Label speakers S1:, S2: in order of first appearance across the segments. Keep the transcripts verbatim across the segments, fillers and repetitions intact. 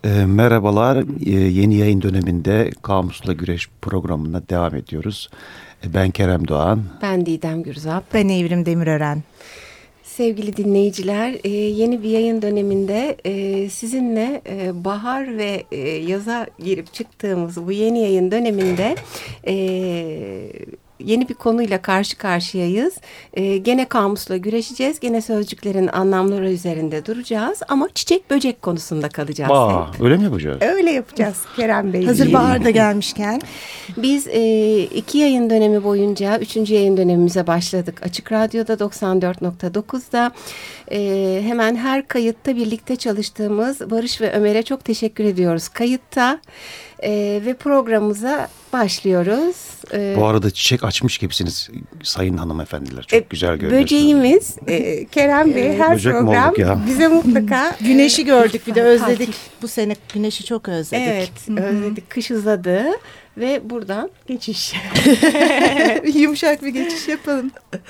S1: E, merhabalar, e, yeni yayın döneminde Kamusla Güreş programına devam ediyoruz. E, ben Kerem Doğan.
S2: Ben Didem Gürzap.
S3: Ben Evrim Demirören.
S2: Sevgili dinleyiciler, e, yeni bir yayın döneminde e, sizinle e, bahar ve e, yaza girip çıktığımız bu yeni yayın döneminde e, yeni bir konuyla karşı karşıyayız. E, gene kamusla güreşeceğiz, gene sözcüklerin anlamları üzerinde duracağız ama çiçek böcek konusunda kalacağız.
S1: Aa, öyle mi yapacağız?
S3: Öyle yapacağız Kerem Bey. Hazır bahar da gelmişken.
S2: Biz e, iki yayın dönemi boyunca üçüncü yayın dönemimize başladık. Açık Radyo'da doksan dört nokta dokuzda e, hemen her kayıtta birlikte çalıştığımız Barış ve Ömer'e çok teşekkür ediyoruz. Kayıtta e, ve programımıza başlıyoruz. E,
S1: Bu arada çiçek açmış gibisiniz sayın hanımefendiler. Çok
S2: e,
S1: güzel görünüyorsunuz.
S2: Böceğimiz e, Kerem Bey her
S1: Böcek mi
S2: program
S1: olduk ya?
S2: bize mutlaka
S3: Güneşi gördük bir de özledik.
S2: Takip.
S3: Bu sene güneşi çok özledik.
S2: Evet, özledik. Kış uzadı ve buradan geçiş.
S3: Yumuşak bir geçiş yapalım.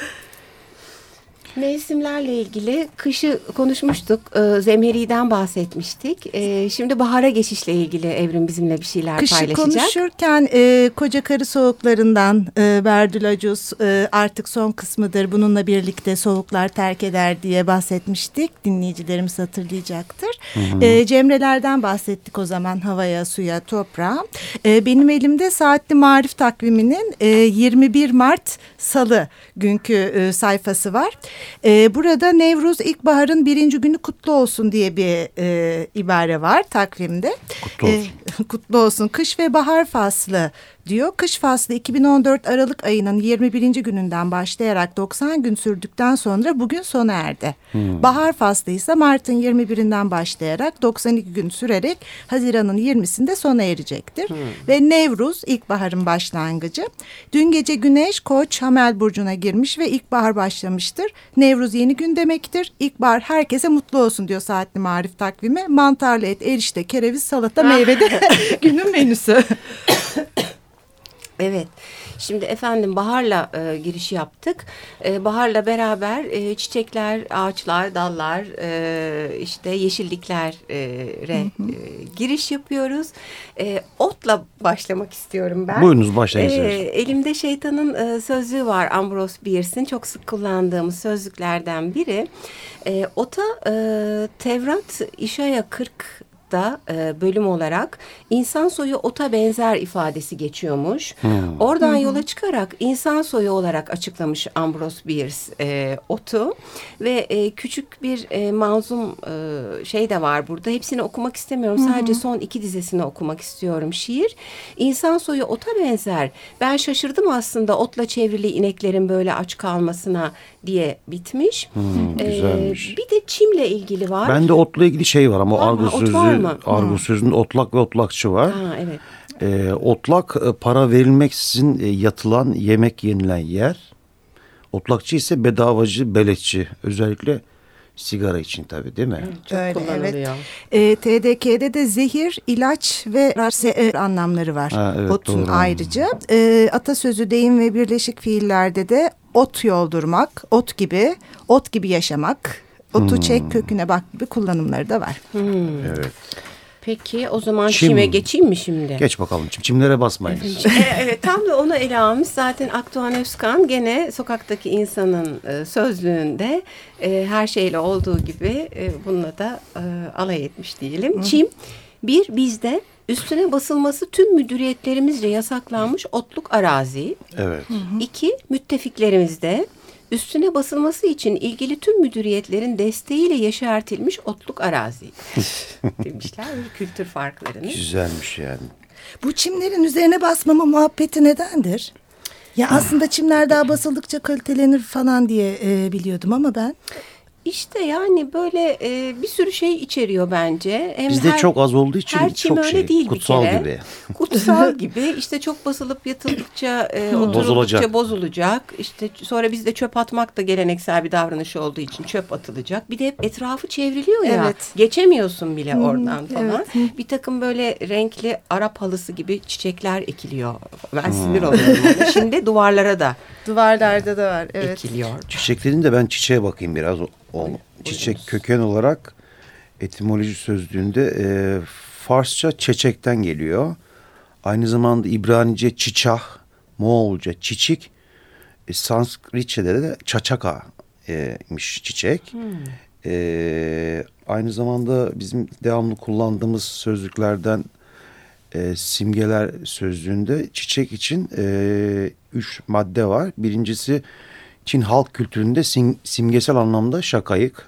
S2: Mevsimlerle ilgili kışı konuşmuştuk. E, Zemheri'den bahsetmiştik. E, şimdi bahara geçişle ilgili Evrim bizimle bir şeyler
S3: Kışı
S2: paylaşacak.
S3: konuşurken e, koca karı soğuklarından e, Berdülacus e, artık son kısmıdır. Bununla birlikte soğuklar terk eder diye bahsetmiştik. Dinleyicilerimiz hatırlayacaktır. Hı hı. E, Cemrelerden bahsettik o zaman havaya, suya, toprağa. E, benim elimde Saatli Marif takviminin e, yirmi bir Mart Salı günkü e, sayfası var. Ee, burada Nevruz ilkbaharın birinci günü kutlu olsun diye bir e, ibare var takvimde.
S1: Kutlu olsun.
S3: Ee, kutlu olsun. Kış ve bahar faslı diyor. Kış faslı iki bin on dört Aralık ayının yirmi birinci gününden başlayarak doksan gün sürdükten sonra bugün sona erdi. Hmm. Bahar faslı ise Mart'ın yirmi birinden başlayarak doksan iki gün sürerek Haziran'ın yirmisinde sona erecektir. Hmm. Ve Nevruz ilkbaharın başlangıcı. Dün gece Güneş Koç Hamel burcuna girmiş ve ilkbahar başlamıştır. Nevruz yeni gün demektir. İlkbahar herkese mutlu olsun diyor Saatli Marif takvimi. Mantarlı et, erişte, kereviz, salata, meyve de günün menüsü.
S2: Evet. Şimdi efendim baharla e, giriş yaptık. E, baharla beraber e, çiçekler, ağaçlar, dallar, e, işte yeşilliklere e, giriş yapıyoruz. E, otla başlamak istiyorum ben.
S1: Buyurunuz başlayın.
S2: E, elimde şeytanın e, sözlüğü var, Ambrose Bierce'in çok sık kullandığımız sözlüklerden biri. E, ota e, Tevrat İşaya kırk da e, bölüm olarak insan soyu ota benzer ifadesi geçiyormuş. Hmm. Oradan hmm. yola çıkarak insan soyu olarak açıklamış Ambrose Bierce e, otu ve e, küçük bir e, manzum e, şey de var burada. Hepsini okumak istemiyorum. Hmm. Sadece son iki dizesini okumak istiyorum. Şiir. İnsan soyu ota benzer. Ben şaşırdım aslında otla çevrili ineklerin böyle aç kalmasına diye bitmiş.
S1: Hmm, güzelmiş.
S2: E, bir de çimle ilgili var.
S1: Ben de otla ilgili şey var ama argo sözü Argo
S2: hmm.
S1: sözünde otlak ve otlakçı var.
S2: Ha, evet.
S1: Ee, otlak para verilmeksizin yatılan, yemek yenilen yer. Otlakçı ise bedavacı, beletçi. Özellikle sigara için tabii, değil mi?
S2: Evet, çok
S3: öyle,
S2: kullanılıyor.
S3: Evet. E, T D K'de de zehir, ilaç ve rase anlamları var. Ha, evet, otun doğru. Ayrıca. E, atasözü, deyim ve birleşik fiillerde de ot yoldurmak, ot gibi, ot gibi yaşamak, otu hmm. çek köküne bak gibi kullanımları da var.
S2: Hmm.
S1: Evet.
S2: Peki o zaman
S1: Çim.
S2: çime geçeyim mi şimdi?
S1: Geç bakalım. Çim, çimlere basmayınız.
S2: Evet, tam da onu ele almış. Zaten Akdoğan Özkan gene sokaktaki insanın e, sözlüğünde e, her şeyle olduğu gibi e, bununla da e, alay etmiş diyelim. Hı. Çim bir bizde üstüne basılması tüm müdüriyetlerimizce yasaklanmış otluk arazi.
S1: Evet.
S2: Hı hı. İki müttefiklerimizde üstüne basılması için ilgili tüm müdüriyetlerin desteğiyle yeşertilmiş otluk arazi demişler. Kültür farklarını.
S1: Güzelmiş yani.
S3: Bu çimlerin üzerine basmama muhabbeti nedendir? Ya aslında çimler daha basıldıkça kalitelenir falan diye e, biliyordum ama ben...
S2: İşte yani böyle e, bir sürü şey içeriyor bence. Hem
S1: bizde
S2: her,
S1: çok az olduğu için
S2: her çim
S1: çok
S2: öyle
S1: şey,
S2: değil
S1: kutsal
S2: bir kere.
S1: gibi.
S2: Kutsal gibi. İşte çok basılıp yatıldıkça, e, oturuldukça bozulacak. İşte sonra bizde çöp atmak da geleneksel bir davranış olduğu için çöp atılacak. Bir de hep etrafı çevriliyor ya. Evet. Geçemiyorsun bile hmm, oradan falan. Evet. Bir takım böyle renkli Arap halısı gibi çiçekler ekiliyor. Ben hmm. sinir oluyorum ona. Şimdi duvarlara da.
S3: Duvarlarda da var. Evet.
S2: Ekiliyor.
S1: Çiçeklerin de ben çiçeğe bakayım biraz. O çiçek köken olarak etimoloji sözlüğünde e, Farsça çeçekten geliyor. Aynı zamanda İbranice çiçah, Moğolca çiçik, e, Sanskritçe'de de çaçaka'ymış çiçek. Hmm. E, aynı zamanda bizim devamlı kullandığımız sözlüklerden e, simgeler sözlüğünde çiçek için e, üç madde var. Birincisi Çin halk kültüründe sim, simgesel anlamda şakayık.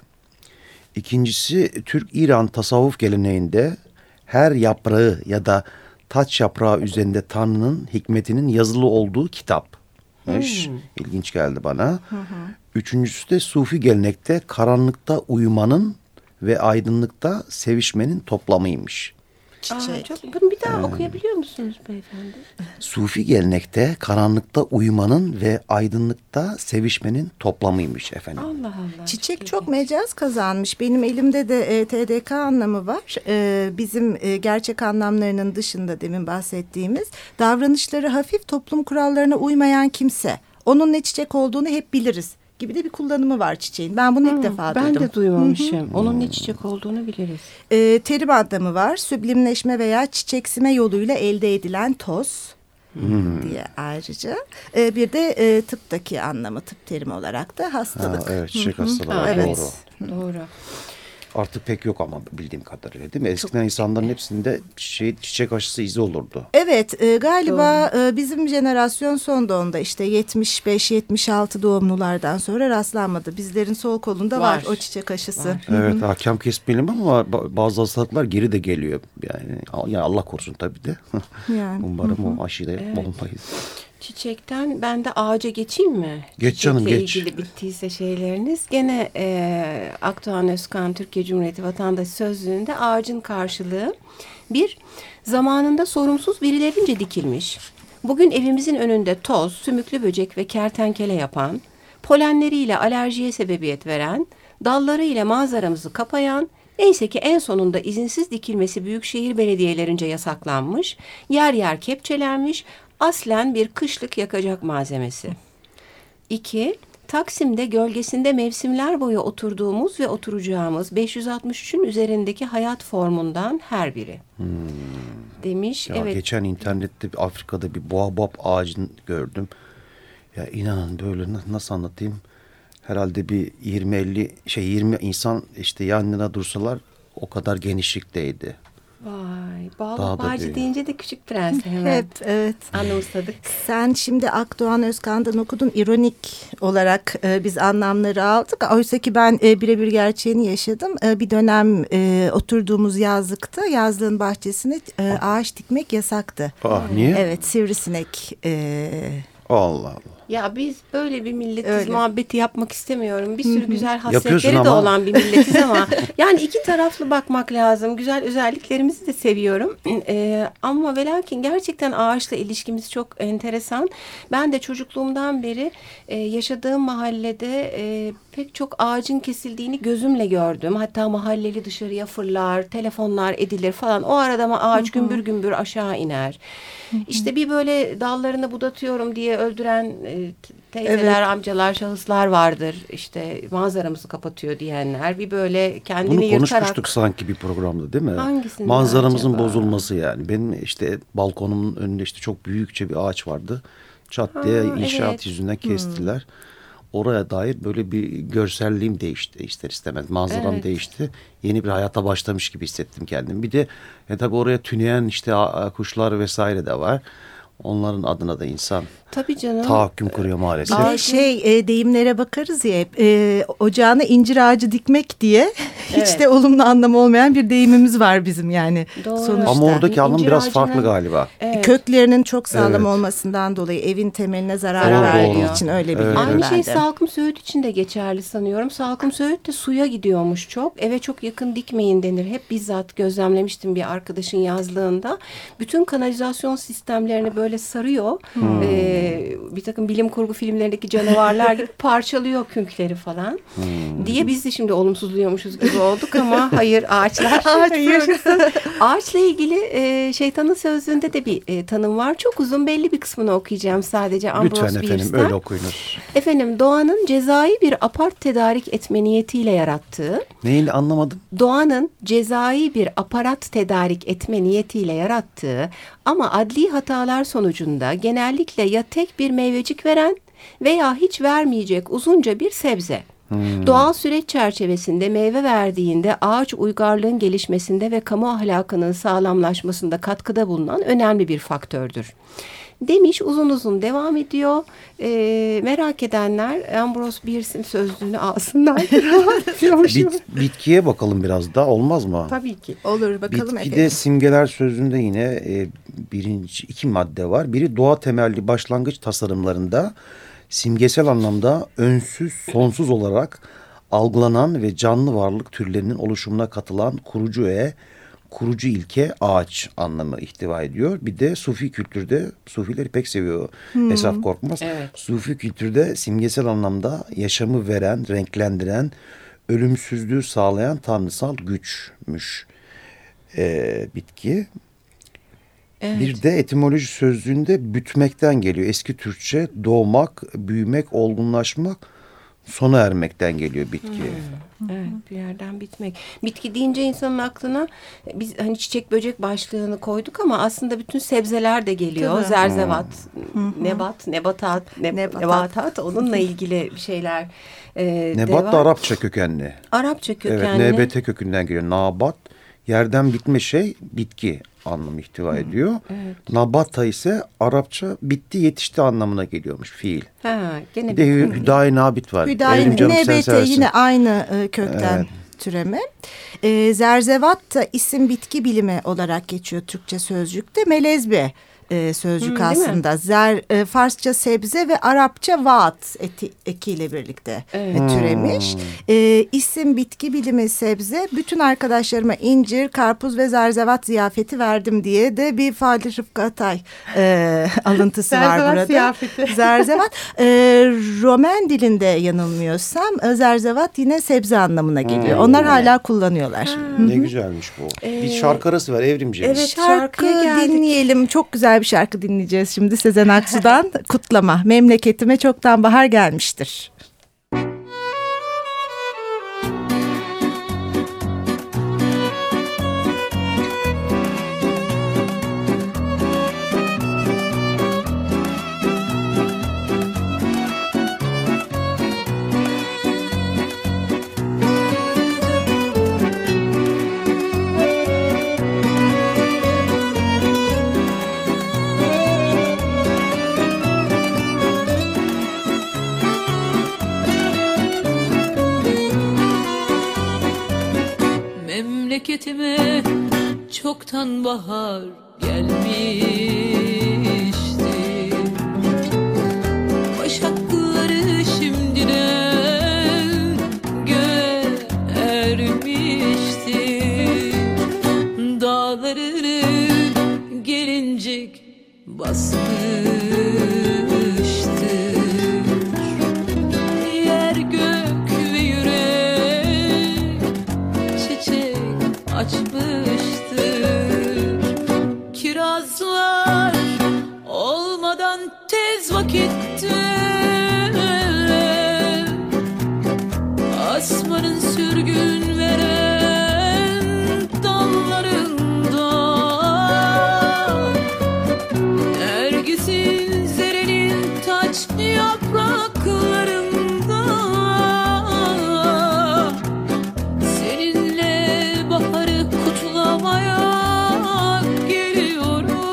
S1: İkincisi Türk-İran tasavvuf geleneğinde her yaprağı ya da taç yaprağı üzerinde Tanrı'nın hikmetinin yazılı olduğu kitapmış. Hmm. İlginç geldi bana. Hı hı. Üçüncüsü de Sufi gelenekte karanlıkta uyumanın ve aydınlıkta sevişmenin toplamıymış.
S2: Aa, çok, bunu bir daha ee, okuyabiliyor musunuz beyefendi?
S1: Sufi gelenekte karanlıkta uyumanın ve aydınlıkta sevişmenin toplamıymış efendim.
S2: Allah Allah.
S3: Çiçek çok mecaz kazanmış. Benim elimde de e, T D K anlamı var. E, bizim e, gerçek anlamlarının dışında demin bahsettiğimiz davranışları hafif, toplum kurallarına uymayan kimse. Onun ne çiçek olduğunu hep biliriz gibi de bir kullanımı var çiçeğin. Ben bunu hmm, ilk defa
S2: ben
S3: duydum.
S2: Ben de duymamışım. Hı-hı. Onun ne çiçek olduğunu biliriz.
S3: E, terim anlamı var. Süblimleşme veya çiçeksime yoluyla elde edilen toz hmm. diye ayrıca. E, bir de e, tıptaki anlamı, tıp terimi olarak da hastalık.
S1: Ha, evet, çiçek hastalığı.
S2: Ha, evet. Doğru. Doğru.
S1: Artık pek yok ama bildiğim kadarıyla değil mi? Eskiden Çok... insanların hepsinde şey, çiçek aşısı izi olurdu.
S3: Evet e, galiba e, bizim jenerasyon son doğumda işte yetmiş beş yetmiş altı doğumlulardan sonra rastlanmadı. Bizlerin sol kolunda var, var o çiçek aşısı.
S1: Var. Evet, hakem kesmeyelim ama bazı hastalıklar geri de geliyor. Yani, yani Allah korusun tabii de. Yani. Umarım Hı-hı. o aşıyı da evet. olmayız.
S2: Çiçekten ben de ağaca geçeyim mi?
S1: Geç canım
S2: Çiçekle
S1: geç.
S2: ilgili bittiyse şeyleriniz. Gene e, Akdoğan Özkan Türkiye Cumhuriyeti Vatandaşı Sözlüğü'nde ağacın karşılığı bir, zamanında sorumsuz birilerince dikilmiş. Bugün evimizin önünde toz, sümüklü böcek ve kertenkele yapan, polenleriyle alerjiye sebebiyet veren, dallarıyla manzaramızı kapayan, neyse ki en sonunda izinsiz dikilmesi büyükşehir belediyelerince yasaklanmış, yer yer kepçelenmiş, aslen bir kışlık yakacak malzemesi. İki, Taksim'de gölgesinde mevsimler boyu oturduğumuz ve oturacağımız beş yüz altmış üçün üzerindeki hayat formundan her biri. Hmm. Demiş.
S1: Ya
S2: evet.
S1: Geçen internette Afrika'da bir baobab ağacını gördüm. Ya inanın böyle nasıl anlatayım? Herhalde bir yirmi elli şey yirmi insan işte yan yana dursalar o kadar genişlikteydi.
S2: Vay, baobab ağacı deyince de Küçük Prens hemen.
S3: Hep, evet.
S2: Anımsadık.
S3: Sen şimdi Akdoğan Özkan'dan okudun. İronik olarak e, biz anlamları aldık. Oysa ki ben e, birebir gerçeğini yaşadım. E, bir dönem e, oturduğumuz yazlıkta yazlığın bahçesine e, ağaç dikmek yasaktı.
S1: Ah, niye?
S3: Evet, sivrisinek. E,
S1: Allah Allah.
S2: Ya biz böyle bir milletiz,
S3: Öyle.
S2: Muhabbeti yapmak istemiyorum. Bir sürü
S3: Hı-hı.
S2: güzel hasletleri de olan bir milletiz ama yani iki taraflı bakmak lazım. Güzel özelliklerimizi de seviyorum. Ee, ama ve lakin gerçekten ağaçla ilişkimiz çok enteresan. Ben de çocukluğumdan beri e, yaşadığım mahallede e, pek çok ağacın kesildiğini gözümle gördüm. Hatta mahalleli dışarıya fırlar, telefonlar edilir falan. O arada ama ağaç Hı-hı. gümbür gümbür aşağı iner. Hı-hı. İşte bir böyle dallarını budatıyorum diye öldüren e, teyzeler, evet. amcalar, şahıslar vardır. İşte manzaramızı kapatıyor diyenler. Bir böyle kendini
S1: Bunu
S2: yırtarak.
S1: Bunu konuşmuştuk sanki bir programda değil mi?
S2: Hangisinde
S1: Manzaramızın
S2: acaba?
S1: bozulması yani. Benim işte balkonumun önünde işte çok büyükçe bir ağaç vardı. Çat diye ha, inşaat evet. yüzünden kestiler. Hmm. Oraya dair böyle bir görselliğim değişti ister istemez. Manzaram evet. değişti. Yeni bir hayata başlamış gibi hissettim kendimi. Bir de e, tabii oraya tüneyen işte kuşlar vesaire de var. Onların adına da insan
S2: tabii canım.
S1: tahakküm kuruyor maalesef.
S3: Aa, şey e, deyimlere bakarız ya hep. E, ocağına incir ağacı dikmek diye evet. hiç de olumlu anlamı olmayan bir deyimimiz var bizim yani.
S2: Doğru.
S3: Sonuçta.
S1: Ama oradaki anlam biraz
S2: ağacının,
S1: farklı galiba.
S3: Evet. Köklerinin çok sağlam evet. olmasından dolayı evin temeline zarar
S1: doğru,
S3: verdiği
S1: doğru.
S3: için öyle
S1: evet.
S3: biliyorum
S2: Aynı
S3: ben
S2: şey
S3: de.
S2: salkım söğüt için de geçerli sanıyorum. Salkım söğüt de suya gidiyormuş çok. Eve çok yakın dikmeyin denir. Hep bizzat gözlemlemiştim bir arkadaşın yazlığında. Bütün kanalizasyon sistemlerini böyle böyle sarıyor. Hmm. Ee, bir takım bilim kurgu filmlerindeki canavarlar gibi parçalıyor künkleri falan. Hmm. Diye biz de şimdi olumsuzluyormuşuz gibi olduk ama hayır ağaçlar. Ağaç Ağaçla ilgili e, Şeytanın Sözlüğü'nde de bir e, tanım var. Çok uzun, belli bir kısmını okuyacağım sadece. Ambrose
S1: Lütfen efendim
S2: Bierce'den.
S1: öyle okuyunuz.
S2: Efendim, doğanın cezai bir apart tedarik etme niyetiyle yarattığı.
S1: Neyin anlamadım?
S2: Doğanın cezai bir aparat tedarik etme niyetiyle yarattığı ama adli hatalar sonucunda genellikle ya tek bir meyvecik veren veya hiç vermeyecek uzunca bir sebze. Hmm. Doğal süreç çerçevesinde meyve verdiğinde ağaç uygarlığın gelişmesinde ve kamu ahlakının sağlamlaşmasında katkıda bulunan önemli bir faktördür. Demiş, uzun uzun devam ediyor. Ee, merak edenler Ambrose Bierce'in sözlüğünü alsınlar.
S1: Bit, bitkiye bakalım biraz da, olmaz mı?
S2: Tabii ki.
S3: Olur, bakalım.
S1: Bitkide efendim. Simgeler sözlüğünde yine e, birinci iki madde var. Biri doğa temelli başlangıç tasarımlarında simgesel anlamda önsüz, sonsuz olarak algılanan ve canlı varlık türlerinin oluşumuna katılan kurucu öğe, kurucu ilke ağaç anlamı ihtiva ediyor. Bir de Sufi kültürde, Sufileri pek seviyor hmm. Esat Korkmaz. Evet. Sufi kültürde simgesel anlamda yaşamı veren, renklendiren, ölümsüzlüğü sağlayan tanrısal güçmüş ee, bitki. Evet. Bir de etimoloji sözlüğünde bütmekten geliyor. Eski Türkçe doğmak, büyümek, olgunlaşmak, sona ermekten geliyor bitki.
S2: Hmm. Evet, bir yerden bitmek. Bitki deyince insanın aklına biz hani çiçek böcek başlığını koyduk ama aslında bütün sebzeler de geliyor. Tabii. Zerzevat, hmm. nebat, nebatat, ne, nebatat. nebatat onunla ilgili bir şeyler. E,
S1: nebat da Arapça kökenli.
S2: Arapça kökenli.
S1: Evet, N B T kökünden geliyor. Nabat, yerden bitme şey, bitki anlamı ihtiva ediyor. Evet. Nabata ise Arapça bitti, yetişti anlamına geliyormuş fiil.
S2: Ha, gene
S1: bir de Hüdayi Nabit var.
S3: Hüdayi Nabit yine aynı e, kökten evet. türeme. E, Zerzevat da isim bitki bilimi olarak geçiyor Türkçe sözcükte. Melezbi e, sözcük hmm, aslında. Zer, e, Farsça sebze ve Arapça vaat eti, ekiyle birlikte evet. e, türemiş. Hmm. E, isim bitki bilimi sebze. Bütün arkadaşlarıma incir, karpuz ve zerzevat ziyafeti verdim diye de bir Fadıl Rıfkı Atay e, alıntısı var burada. Ziyafeti. Zerzevat. E, Roman dilinde yanılmıyorsam e, zerzevat yine sebze anlamına geliyor. Hmm. Onlar hala kullanıyorlar.
S1: Hmm. Ne güzelmiş bu. Ee, bir şarkı arası var Evrimci.
S3: Evet, şarkı dinleyelim. Çok güzel bir şarkı dinleyeceğiz şimdi Sezen Aksu'dan. Kutlama. Memleketime çoktan bahar gelmiştir.
S4: Memleketime çoktan bahar gelmişti. Başakları şimdiden göğe ermişti. Dağlarını gelincik basmıştı. Yer gök ve yürek çiçek açmıştır. Kirazlar olmadan tez vakitte asmanın sürgün veren dallarında Nergis'in zerenin taç yapraklarında seninle baharı kutlamaya geliyorum.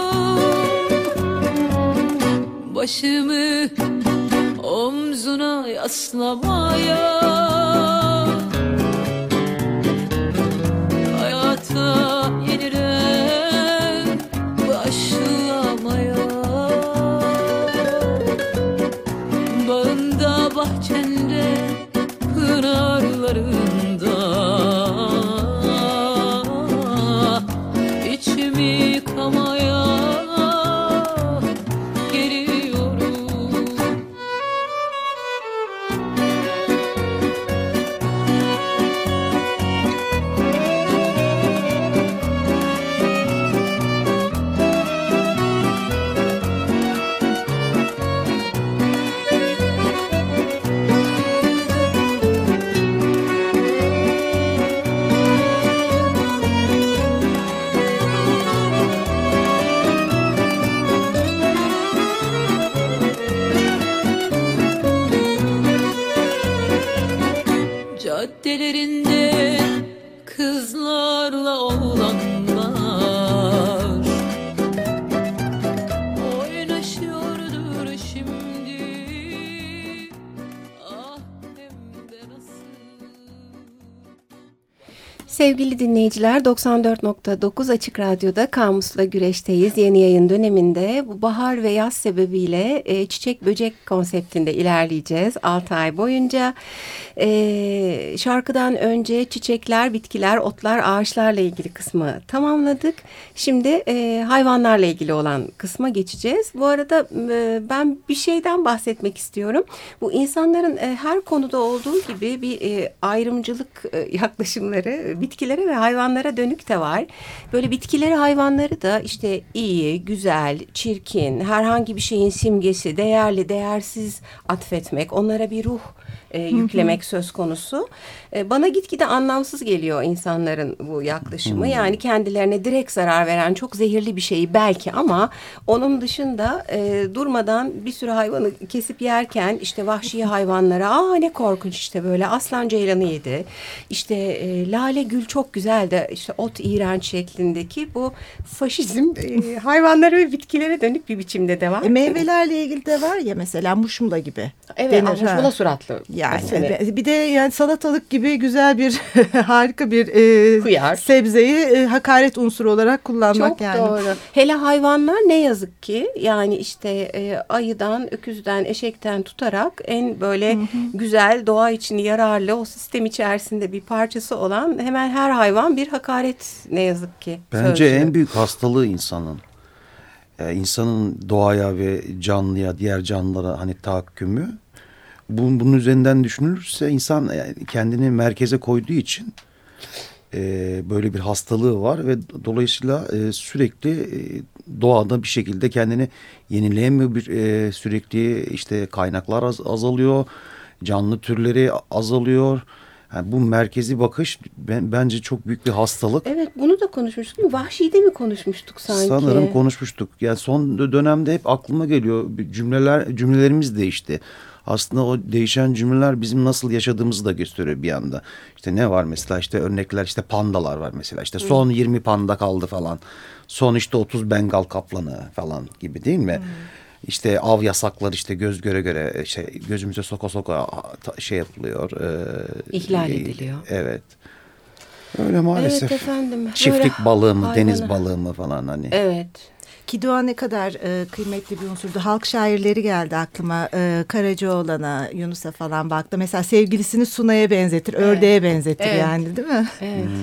S4: Başımı omzuna yaslamaya, hayata yeniden başlamaya. Bağında bahçende pınarlarında içimi yıkamaya caddelerinde kızlarla oğlanlar oynaşıyordur şimdi. Ah hem de nasıl.
S2: Sevgili dinleyiciler, doksan dört nokta dokuz Açık Radyo'da Kamus'la Güreş'teyiz. Yeni yayın döneminde bu bahar ve yaz sebebiyle e, çiçek böcek konseptinde ilerleyeceğiz altı ay boyunca. E, şarkıdan önce çiçekler, bitkiler, otlar, ağaçlarla ilgili kısmı tamamladık. Şimdi e, hayvanlarla ilgili olan kısma geçeceğiz. Bu arada e, ben bir şeyden bahsetmek istiyorum. Bu insanların e, her konuda olduğu gibi bir e, ayrımcılık e, yaklaşımları bitkilere ve hayvanlara dönük de var. Böyle bitkileri, hayvanları da işte iyi, güzel, çirkin, herhangi bir şeyin simgesi, değerli, değersiz atfetmek, onlara bir ruh e, yüklemek söz konusu. E, bana gitgide anlamsız geliyor insanların bu yaklaşımı. Hmm. Yani kendilerine direkt zarar veren çok zehirli bir şeyi belki ama onun dışında e, durmadan bir sürü hayvanı kesip yerken işte vahşi hayvanlara aa ne korkunç işte böyle aslan ceylanı yedi. İşte e, lale gül çok güzel de işte ot iğrenç şeklindeki bu faşizm e, hayvanlara ve bitkilere dönük bir biçimde de var.
S3: E, meyvelerle ilgili de var ya mesela muşmula gibi.
S2: Evet, muşmula suratlı.
S3: Yani mesela. Bir de yani salatalık gibi güzel bir harika bir e, sebzeyi e, hakaret unsuru olarak kullanmak
S2: çok
S3: yani.
S2: Çok doğru. Hele hayvanlar ne yazık ki yani işte e, ayıdan, öküzden, eşekten tutarak en böyle hı hı. güzel, doğa için yararlı o sistem içerisinde bir parçası olan hemen her hayvan bir hakaret ne yazık ki.
S1: Bence
S2: sözcüğü.
S1: En büyük hastalığı insanın. Ee, insanın doğaya ve canlıya, diğer canlılara hani tahakkümü. Bunun, bunun üzerinden düşünülürse insan yani kendini merkeze koyduğu için e, böyle bir hastalığı var ve dolayısıyla e, sürekli e, doğada bir şekilde kendini yenileyemiyor, bir e, sürekli işte kaynaklar az, azalıyor, canlı türleri azalıyor. Yani bu merkezi bakış ben, bence çok büyük bir hastalık.
S2: Evet, bunu da konuşmuştuk. Vahşi'de mi konuşmuştuk sanki?
S1: Sanırım konuşmuştuk. Yani son dönemde hep aklıma geliyor cümleler cümlelerimiz değişti. Aslında o değişen cümleler bizim nasıl yaşadığımızı da gösteriyor bir anda. İşte ne var mesela işte örnekler işte pandalar var mesela. İşte son hmm. yirmi panda kaldı falan. Son işte otuz Bengal kaplanı falan gibi değil mi? Hmm. İşte av yasakları işte göz göre göre şey gözümüze soka soka şey yapılıyor. E,
S2: İhlal ediliyor.
S1: Evet. Öyle maalesef.
S2: Evet efendim.
S1: Çiftlik Böyle balığı mı, hayvanı. Deniz balığı mı falan hani.
S2: Evet.
S3: Ki doğa ne kadar e, kıymetli bir unsurdu. Halk şairleri geldi aklıma. E, Karacaoğlan'a, Yunus'a falan baktı. Mesela sevgilisini Sunay'a benzetir, evet. ördeğe benzetir evet. yani değil mi?
S2: Evet. Hmm.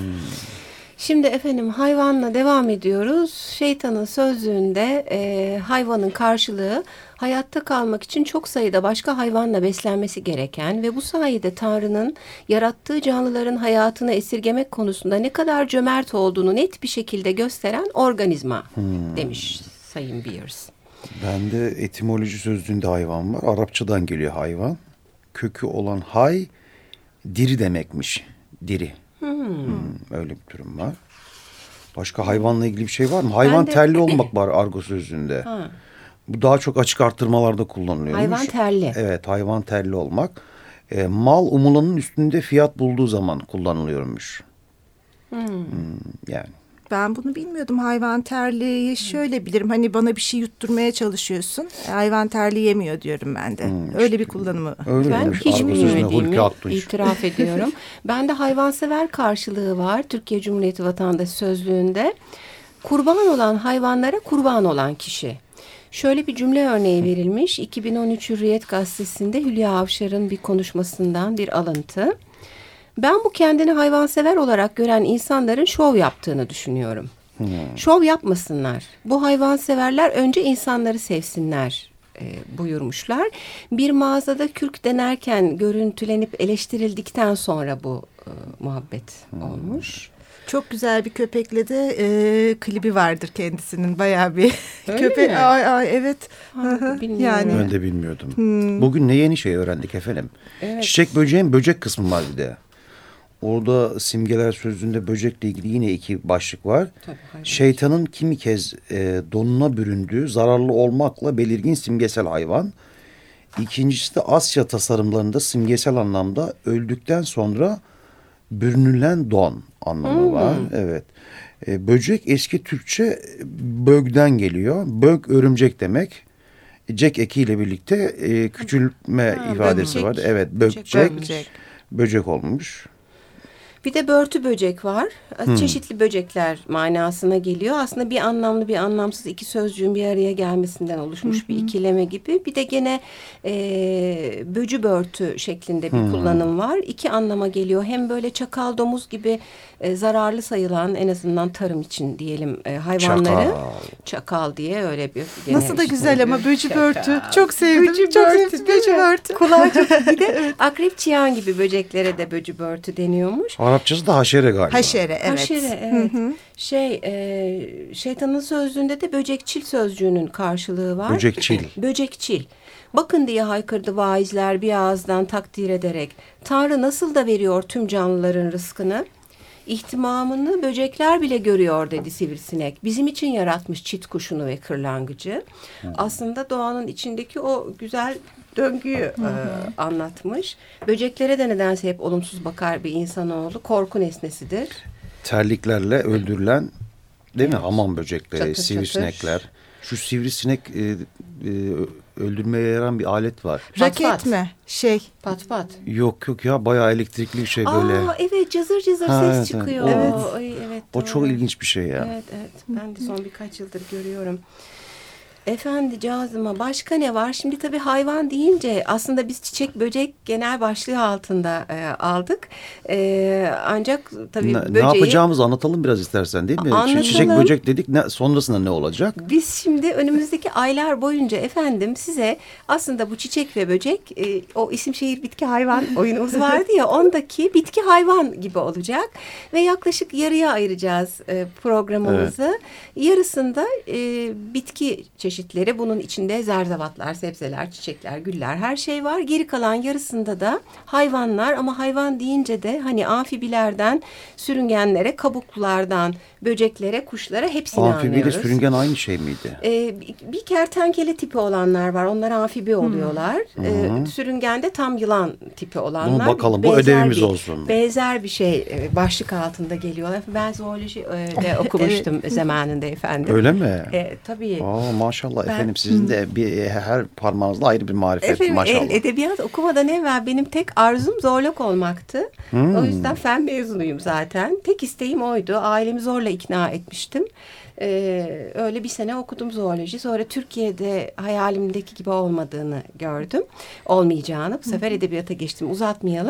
S2: Şimdi efendim hayvanla devam ediyoruz. Şeytanın sözlüğünde e, hayvanın karşılığı hayatta kalmak için çok sayıda başka hayvanla beslenmesi gereken ve bu sayede Tanrı'nın yarattığı canlıların hayatını esirgemek konusunda ne kadar cömert olduğunu net bir şekilde gösteren organizma hmm. demiş Sayın Beers.
S1: Bende etimoloji sözlüğünde hayvan var. Arapçadan geliyor hayvan. Kökü olan hay diri demekmiş. Diri. Hmm. Hmm, öyle bir durum var. Başka hayvanla ilgili bir şey var mı? Hayvan de... terli olmak var argo sözlüğünde. Ha. Bu daha çok açık artırmalarda kullanılıyormuş.
S2: Hayvan terli.
S1: Evet, hayvan terli olmak. E, mal umulanın üstünde fiyat bulduğu zaman kullanılıyormuş. Hmm. Hmm, yani.
S3: Ben bunu bilmiyordum. Hayvan terliği şöyle bilirim. Hani bana bir şey yutturmaya çalışıyorsun. Hayvan terliği yemiyor diyorum ben de. Hmm, öyle işte, bir kullanımı.
S2: Öyle ben demiş. Hiç bilmediğimi itiraf ediyorum. Ben de hayvansever karşılığı var. Türkiye Cumhuriyeti Vatandaşı Sözlüğü'nde. Kurban olan hayvanlara kurban olan kişi. Şöyle bir cümle örneği verilmiş. iki bin on üç Hürriyet Gazetesi'nde Hülya Avşar'ın bir konuşmasından bir alıntı. Ben bu kendini hayvansever olarak gören insanların şov yaptığını düşünüyorum. Hmm. Şov yapmasınlar. Bu hayvanseverler önce insanları sevsinler e, buyurmuşlar. Bir mağazada kürk denerken görüntülenip eleştirildikten sonra bu e, muhabbet hmm. olmuş.
S3: Çok güzel bir köpekle de e, klibi vardır kendisinin bayağı bir köpek. Ay, ay, evet.
S2: Ha,
S3: yani.
S1: Ben de bilmiyordum. Hmm. Bugün ne yeni şey öğrendik efendim. Evet. Çiçek böceğin böcek kısmı var bir de. Orada simgeler sözlüğünde böcekle ilgili yine iki başlık var. Tabii, şeytanın kimi kez e, donuna büründüğü zararlı olmakla belirgin simgesel hayvan. İkincisi de Asya tasarımlarında simgesel anlamda öldükten sonra bürünülen don anlamı var. Evet. E, böcek eski Türkçe bögden geliyor. Bög örümcek demek. Cek ekiyle birlikte e, küçülme
S2: Ha,
S1: ifadesi
S2: böcek.
S1: var. Evet, böcek,
S3: Böcek.
S1: böcek olmuş.
S2: Bir de börtü böcek var. Çeşitli böcekler manasına geliyor. Aslında bir anlamlı bir anlamsız iki sözcüğün bir araya gelmesinden oluşmuş bir ikileme gibi. Bir de gene e, böcü börtü şeklinde bir kullanım var. İki anlama geliyor. Hem böyle çakal, domuz gibi e, zararlı sayılan, en azından tarım için diyelim e, hayvanları.
S1: Çakal.
S2: Çakal diye öyle bir. gene
S3: Nasıl da
S2: işte
S3: güzel ama
S2: bir
S3: böcü
S2: çakal.
S3: börtü. Çok sevdim.
S2: Böcü
S3: Çok
S2: börtü,
S3: sevdim.
S2: değil
S3: Böcü
S2: mi?
S3: börtü.
S2: Kulağa çok bir de akrep çıyan gibi böceklere de böcü börtü deniyormuş.
S1: Arapçası da haşere galiba.
S3: Haşere, evet.
S2: Haşere, evet. Şey, e, şeytanın sözlüğünde de böcekçil sözcüğünün karşılığı var.
S1: Böcekçil.
S2: Böcekçil. Bakın diye haykırdı vaizler bir ağızdan takdir ederek. Tanrı nasıl da veriyor tüm canlıların rızkını? İhtimamını böcekler bile görüyor dedi sivrisinek. Bizim için yaratmış çit kuşunu ve kırlangıcı. Aslında doğanın içindeki o güzel döngüyü e, anlatmış. Böceklere de nedense hep olumsuz bakar bir insanoğlu. Korku nesnesidir.
S1: Terliklerle öldürülen, değil mi? Hamam böcekleri,
S2: Çatır çatır.
S1: sivrisinekler. Şu sivrisinek e, e, öldürmeye yarayan bir alet var.
S3: Raket
S2: pat.
S3: mi? Şey.
S2: Pat pat.
S1: Yok yok ya, bayağı elektrikli bir şey böyle.
S2: Aa evet, cızır cızır
S1: Ha,
S2: ses
S1: evet,
S2: çıkıyor.
S1: evet.
S2: Ay, evet,
S1: O
S2: doğru.
S1: çok ilginç bir şey ya.
S2: Evet evet, ben de son birkaç yıldır görüyorum. Efendi cazıma başka ne var? Şimdi tabii hayvan deyince aslında biz çiçek böcek genel başlığı altında e, aldık. E, ancak tabii
S1: Ne,
S2: böceği...
S1: ne yapacağımızı anlatalım biraz istersen, değil mi?
S2: Anlatalım.
S1: Çiçek böcek dedik, ne, sonrasında ne olacak?
S2: Biz şimdi önümüzdeki aylar boyunca efendim size aslında bu çiçek ve böcek e, o isim şehir bitki hayvan oyunumuz vardı ya, ondaki bitki hayvan gibi olacak ve yaklaşık yarıya ayıracağız e, programımızı. Yarısında e, bitki çeşitleri, bunun içinde zerzevatlar, sebzeler, çiçekler, güller, her şey var. Geri kalan yarısında da hayvanlar, ama hayvan deyince de hani amfibilerden sürüngenlere, kabuklulardan böceklere, kuşlara hepsini
S1: Amfibiyle
S2: anlıyoruz.
S1: sürüngen aynı şey miydi?
S2: Ee, bir kertenkele tipi olanlar var. Onlar amfibi oluyorlar. Ee, sürüngen de tam yılan tipi olanlar.
S1: Bunu bakalım, bu
S2: Benzer
S1: ödevimiz
S2: bir-
S1: olsun.
S2: Benzer bir şey e, başlık altında geliyorlar. Ben zooloji e, de okumuştum zamanında efendim.
S1: Öyle mi?
S2: E, tabii.
S1: Aa, maşallah
S2: Ben-
S1: efendim, sizin de bir, her parmağınızda ayrı bir marifet,
S2: Efendim,
S1: maşallah.
S2: e- edebiyat okumadan evvel benim tek arzum zoolog olmaktı. O yüzden fen mezunuyum zaten. Tek isteğim oydu. Ailemi zorla ikna etmiştim. Ee, öyle bir sene okudum zooloji. Sonra Türkiye'de hayalimdeki gibi olmadığını gördüm. Olmayacağını. Bu sefer edebiyata geçtim. Uzatmayalım.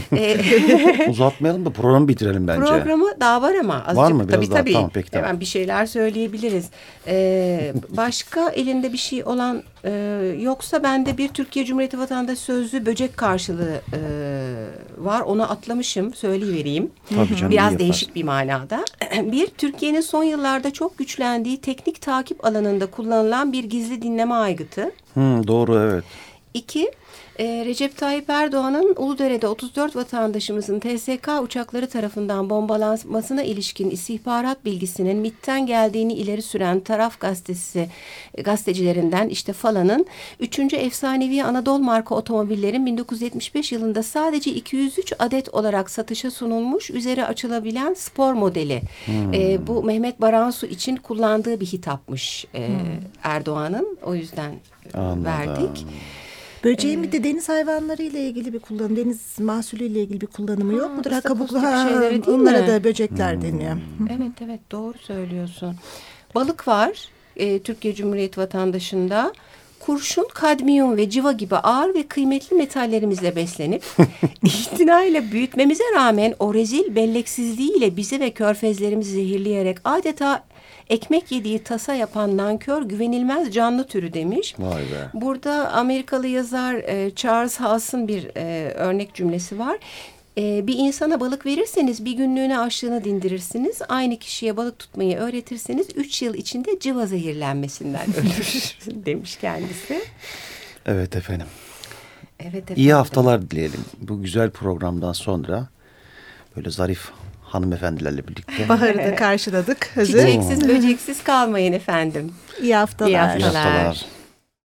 S2: Ee,
S1: Uzatmayalım da programı bitirelim bence.
S2: Programı daha var ama azıcık.
S1: Var mı? Biraz
S2: tabii,
S1: daha.
S2: tabii.
S1: Tamam, peki, tamam.
S2: Hemen bir şeyler söyleyebiliriz. Ee, başka elinde bir şey olan e, yoksa bende bir Türkiye Cumhuriyeti vatandaşı sözlüğü böcek karşılığı e, var. Onu atlamışım. Söyleyivereyim.
S1: Tabii canım, iyi
S2: Biraz
S1: yaparsın.
S2: değişik bir manada. Bir, Türkiye'nin son yıllarda çok güçlendiği teknik takip alanında kullanılan bir gizli dinleme aygıtı.
S1: Hı, doğru, evet.
S2: İki, e, Recep Tayyip Erdoğan'ın Uludere'de otuz dört vatandaşımızın T S K uçakları tarafından bombalanmasına ilişkin istihbarat bilgisinin MİT'ten geldiğini ileri süren Taraf Gazetesi e, gazetecilerinden işte falanın üçüncü efsanevi Anadolu marka otomobillerin bin dokuz yüz yetmiş beş yılında sadece iki yüz üç adet olarak satışa sunulmuş, üzeri açılabilen spor modeli.
S1: Hmm.
S2: E, bu Mehmet Baransu için kullandığı bir hitapmış e, Erdoğan'ın. O yüzden
S1: Anladım.
S2: verdik.
S3: Böceğin bir de deniz hayvanları ile ilgili bir kullanım, deniz mahsulü ile ilgili bir kullanımı yok
S2: Ha,
S3: mudur? Ha,
S2: ıstakoz
S3: kabuklu,
S2: gibi
S3: ha,
S2: şeyleri değil
S3: onlara
S2: mi?
S3: da böcekler deniyor.
S2: Evet evet, doğru söylüyorsun. Balık var e, Türkiye Cumhuriyeti vatandaşında. Kurşun, kadmiyum ve civa gibi ağır ve kıymetli metallerimizle beslenip itinayla büyütmemize rağmen o rezil belleksizliğiyle bizi ve körfezlerimizi zehirleyerek adeta ekmek yediği tasa yapan nankör, güvenilmez canlı türü demiş.
S1: Vay be.
S2: Burada Amerikalı yazar e, Charles Haas'ın bir e, örnek cümlesi var. E, bir insana balık verirseniz bir günlüğüne açlığını dindirirsiniz. Aynı kişiye balık tutmayı öğretirseniz üç yıl içinde cıva zehirlenmesinden ölür demiş kendisi.
S1: Evet efendim.
S2: Evet efendim.
S1: İyi haftalar dileyelim. Bu güzel programdan sonra böyle zarif hanımefendilerle birlikte.
S3: Baharı da karşıladık. Hazır.
S2: Çiçeksiz, böceksiz kalmayın efendim.
S3: İyi haftalar.
S2: İyi
S1: İyi
S2: haftalar.
S1: haftalar.